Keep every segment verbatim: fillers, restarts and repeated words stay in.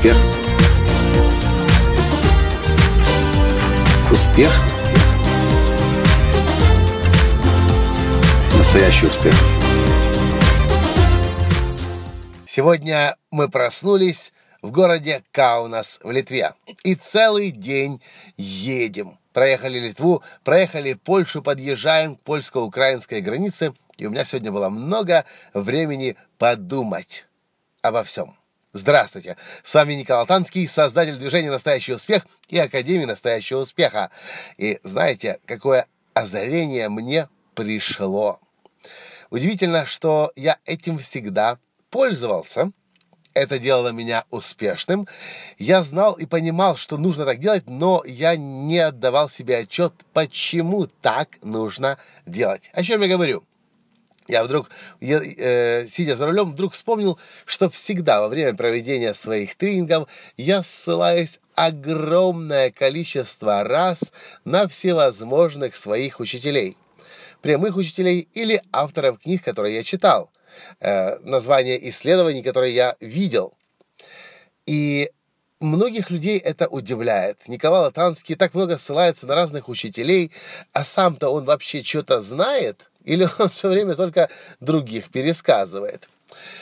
Успех. Успех. Настоящий успех. Сегодня мы проснулись в городе Каунас в Литве и целый день едем. Проехали Литву, проехали Польшу, подъезжаем к польско-украинской границе, и у меня сегодня было много времени подумать обо всем. Здравствуйте! С вами Николай Танский, создатель движения «Настоящий успех» и Академии «Настоящего успеха». И знаете, какое озарение мне пришло? Удивительно, что я этим всегда пользовался. Это делало меня успешным. Я знал и понимал, что нужно так делать, но я не отдавал себе отчет, почему так нужно делать. О чем я говорю? Я вдруг, я, э, сидя за рулем, вдруг вспомнил, что всегда во время проведения своих тренингов я ссылаюсь огромное количество раз на всевозможных своих учителей. Прямых учителей или авторов книг, которые я читал. Э, названия исследований, которые я видел. И многих людей это удивляет. Николай Латанский так много ссылается на разных учителей, а сам-то он вообще что-то знает? Или он все время только других пересказывает?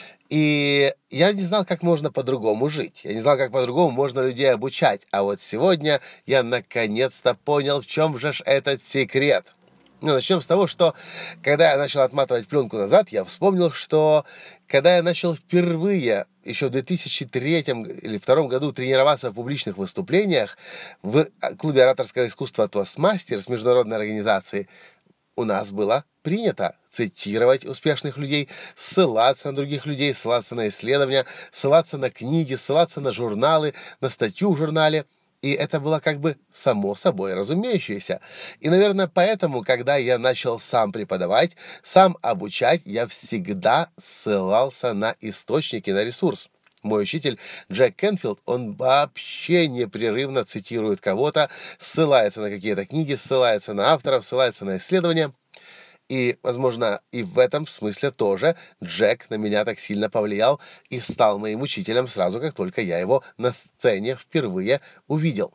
И я не знал, как можно по-другому жить. Я не знал, как по-другому можно людей обучать. А вот сегодня я наконец-то понял, в чем же ж этот секрет. Ну, начнем с того, что когда я начал отматывать пленку назад, я вспомнил, что когда я начал впервые, еще в две тысячи третьем или две тысячи втором году тренироваться в публичных выступлениях в клубе ораторского искусства Toastmasters международной организации, у нас было принято цитировать успешных людей, ссылаться на других людей, ссылаться на исследования, ссылаться на книги, ссылаться на журналы, на статью в журнале. И это было как бы само собой разумеющееся. И, наверное, поэтому, когда я начал сам преподавать, сам обучать, я всегда ссылался на источники, на ресурс. Мой учитель Джек Кенфилд, он вообще непрерывно цитирует кого-то, ссылается на какие-то книги, ссылается на авторов, ссылается на исследования. И, возможно, и в этом смысле тоже Джек на меня так сильно повлиял и стал моим учителем сразу, как только я его на сцене впервые увидел.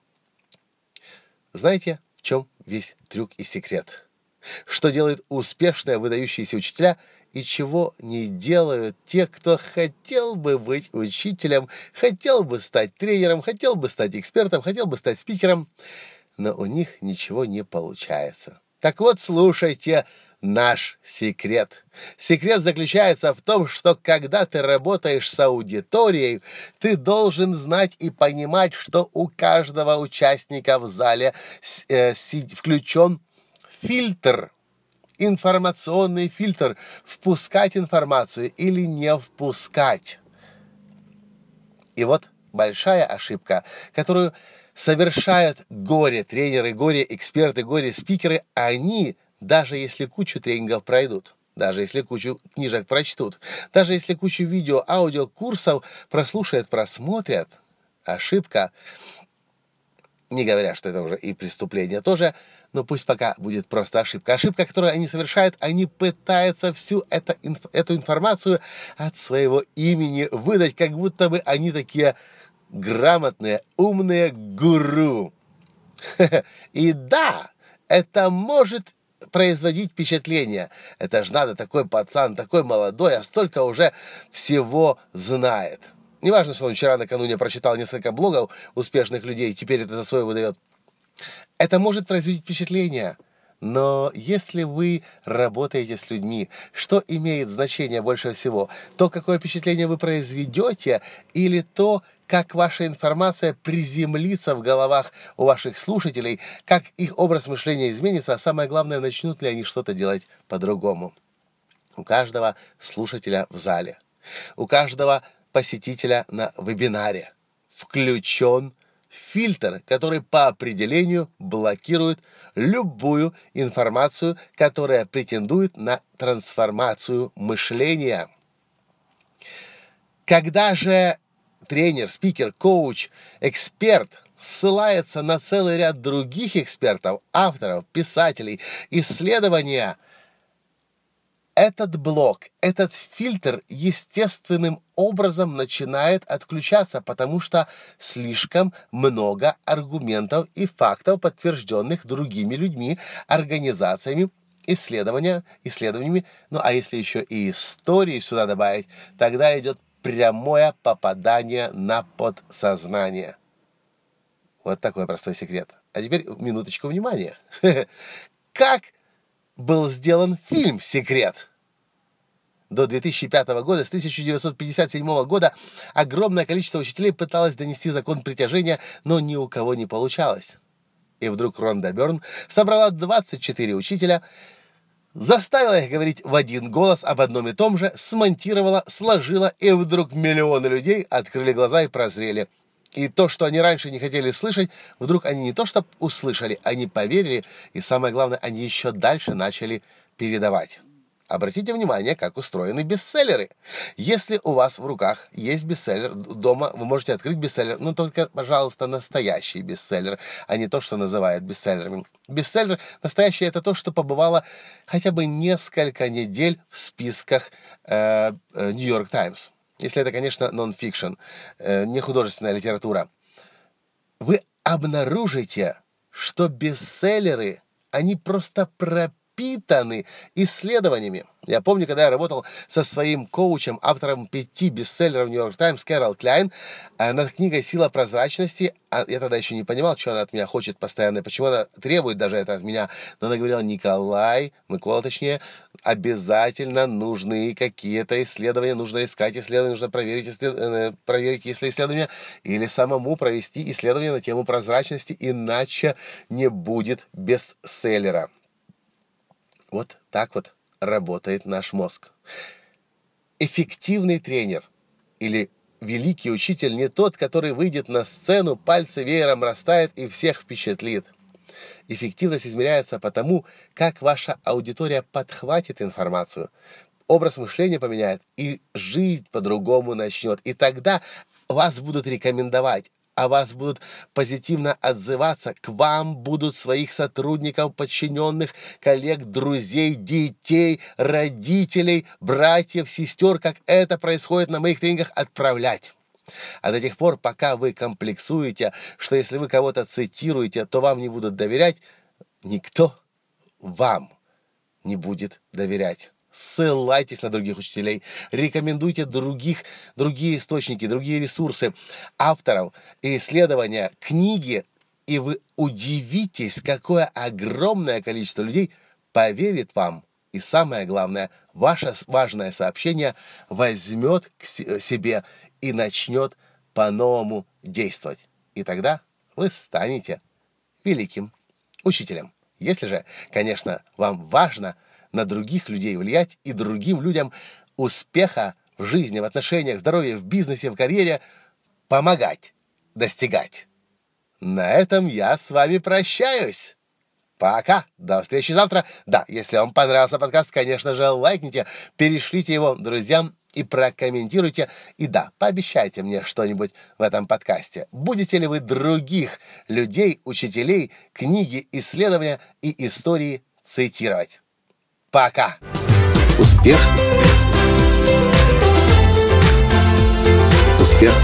Знаете, в чем весь трюк и секрет? Что делают успешные, выдающиеся учителя и чего не делают те, кто хотел бы быть учителем, хотел бы стать тренером, хотел бы стать экспертом, хотел бы стать спикером, но у них ничего не получается. Так вот, слушайте наш секрет. Секрет заключается в том, что когда ты работаешь с аудиторией, ты должен знать и понимать, что у каждого участника в зале э, включен фильтр, информационный фильтр, впускать информацию или не впускать. И вот большая ошибка, которую совершают горе-тренеры, горе-эксперты, горе-спикеры, они, даже если кучу тренингов пройдут, даже если кучу книжек прочтут, даже если кучу видео, аудио, курсов прослушают, просмотрят, ошибка, не говоря, что это уже и преступление тоже, но пусть пока будет просто ошибка. Ошибка, которую они совершают, они пытаются всю это, эту информацию от своего имени выдать, как будто бы они такие грамотные, умные гуру. И да, это может производить впечатление. Это же надо, такой пацан, такой молодой, а столько уже всего знает. Неважно, что он вчера накануне прочитал несколько блогов успешных людей, и теперь это за свой выдает. Это может произвести впечатление. Но если вы работаете с людьми, что имеет значение больше всего? То, какое впечатление вы произведете, или то, как ваша информация приземлится в головах у ваших слушателей, как их образ мышления изменится, а самое главное, начнут ли они что-то делать по-другому. У каждого слушателя в зале, у каждого посетителя на вебинаре включен фильтр, который по определению блокирует любую информацию, которая претендует на трансформацию мышления. Когда же тренер, спикер, коуч, эксперт ссылается на целый ряд других экспертов, авторов, писателей, исследования, этот блок, этот фильтр естественным образом начинает отключаться, потому что слишком много аргументов и фактов, подтвержденных другими людьми, организациями, исследования, исследованиями. Ну а если еще и истории сюда добавить, тогда идет прямое попадание на подсознание. Вот такой простой секрет. А теперь минуточку внимания. Как был сделан фильм «Секрет»? До две тысячи пятого года, с тысяча девятьсот пятьдесят седьмого года, огромное количество учителей пыталось донести закон притяжения, но ни у кого не получалось. И вдруг Ронда Бёрн собрала двадцать четыре учителя, заставила их говорить в один голос об одном и том же, смонтировала, сложила, и вдруг миллионы людей открыли глаза и прозрели. И то, что они раньше не хотели слышать, вдруг они не то что услышали, они поверили, и самое главное, они еще дальше начали передавать. Обратите внимание, как устроены бестселлеры. Если у вас в руках есть бестселлер, дома вы можете открыть бестселлер, но только, пожалуйста, настоящий бестселлер, а не то, что называют бестселлерами. Бестселлер настоящий — это то, что побывало хотя бы несколько недель в списках э, э, New York Times. Если это, конечно, нон-фикшн, э, не художественная литература. Вы обнаружите, что бестселлеры, они просто прописаны, пропитаны исследованиями. Я помню, когда я работал со своим коучем, автором пяти бестселлеров New York Times, Кэрол Кляйн, над книгой «Сила прозрачности». А я тогда еще не понимал, что она от меня хочет постоянно, почему она требует даже это от меня. Но она говорила: Николай, Микола точнее, обязательно нужны какие-то исследования, нужно искать исследования, нужно проверить, исслед... проверить, если исследования, или самому провести исследование на тему прозрачности, иначе не будет бестселлера. Вот так вот работает наш мозг. Эффективный тренер или великий учитель не тот, который выйдет на сцену, пальцы веером растает и всех впечатлит. Эффективность измеряется по тому, как ваша аудитория подхватит информацию, образ мышления поменяет, и жизнь по-другому начнет. И тогда вас будут рекомендовать, о вас будут позитивно отзываться, к вам будут своих сотрудников, подчиненных, коллег, друзей, детей, родителей, братьев, сестер, как это происходит на моих тренингах, отправлять. А до тех пор, пока вы комплексуете, что если вы кого-то цитируете, то вам не будут доверять, никто вам не будет доверять. Ссылайтесь на других учителей, рекомендуйте других, другие источники, другие ресурсы, авторов, исследования, книги, и вы удивитесь, какое огромное количество людей поверит вам. И самое главное, ваше важное сообщение возьмет к себе и начнет по-новому действовать. И тогда вы станете великим учителем. Если же, конечно, вам важно на других людей влиять и другим людям успеха в жизни, в отношениях, в здоровье, в бизнесе, в карьере помогать, достигать. На этом я с вами прощаюсь. Пока. До встречи завтра. Да, если вам понравился подкаст, конечно же, лайкните, перешлите его друзьям и прокомментируйте. И да, пообещайте мне что-нибудь в этом подкасте. Будете ли вы других людей, учителей, книги, исследования и истории цитировать? Пока. Успех. Успех.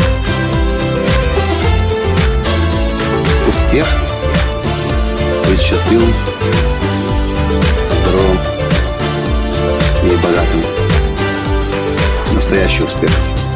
Успех. Быть счастливым, здоровым и богатым. Настоящий успех.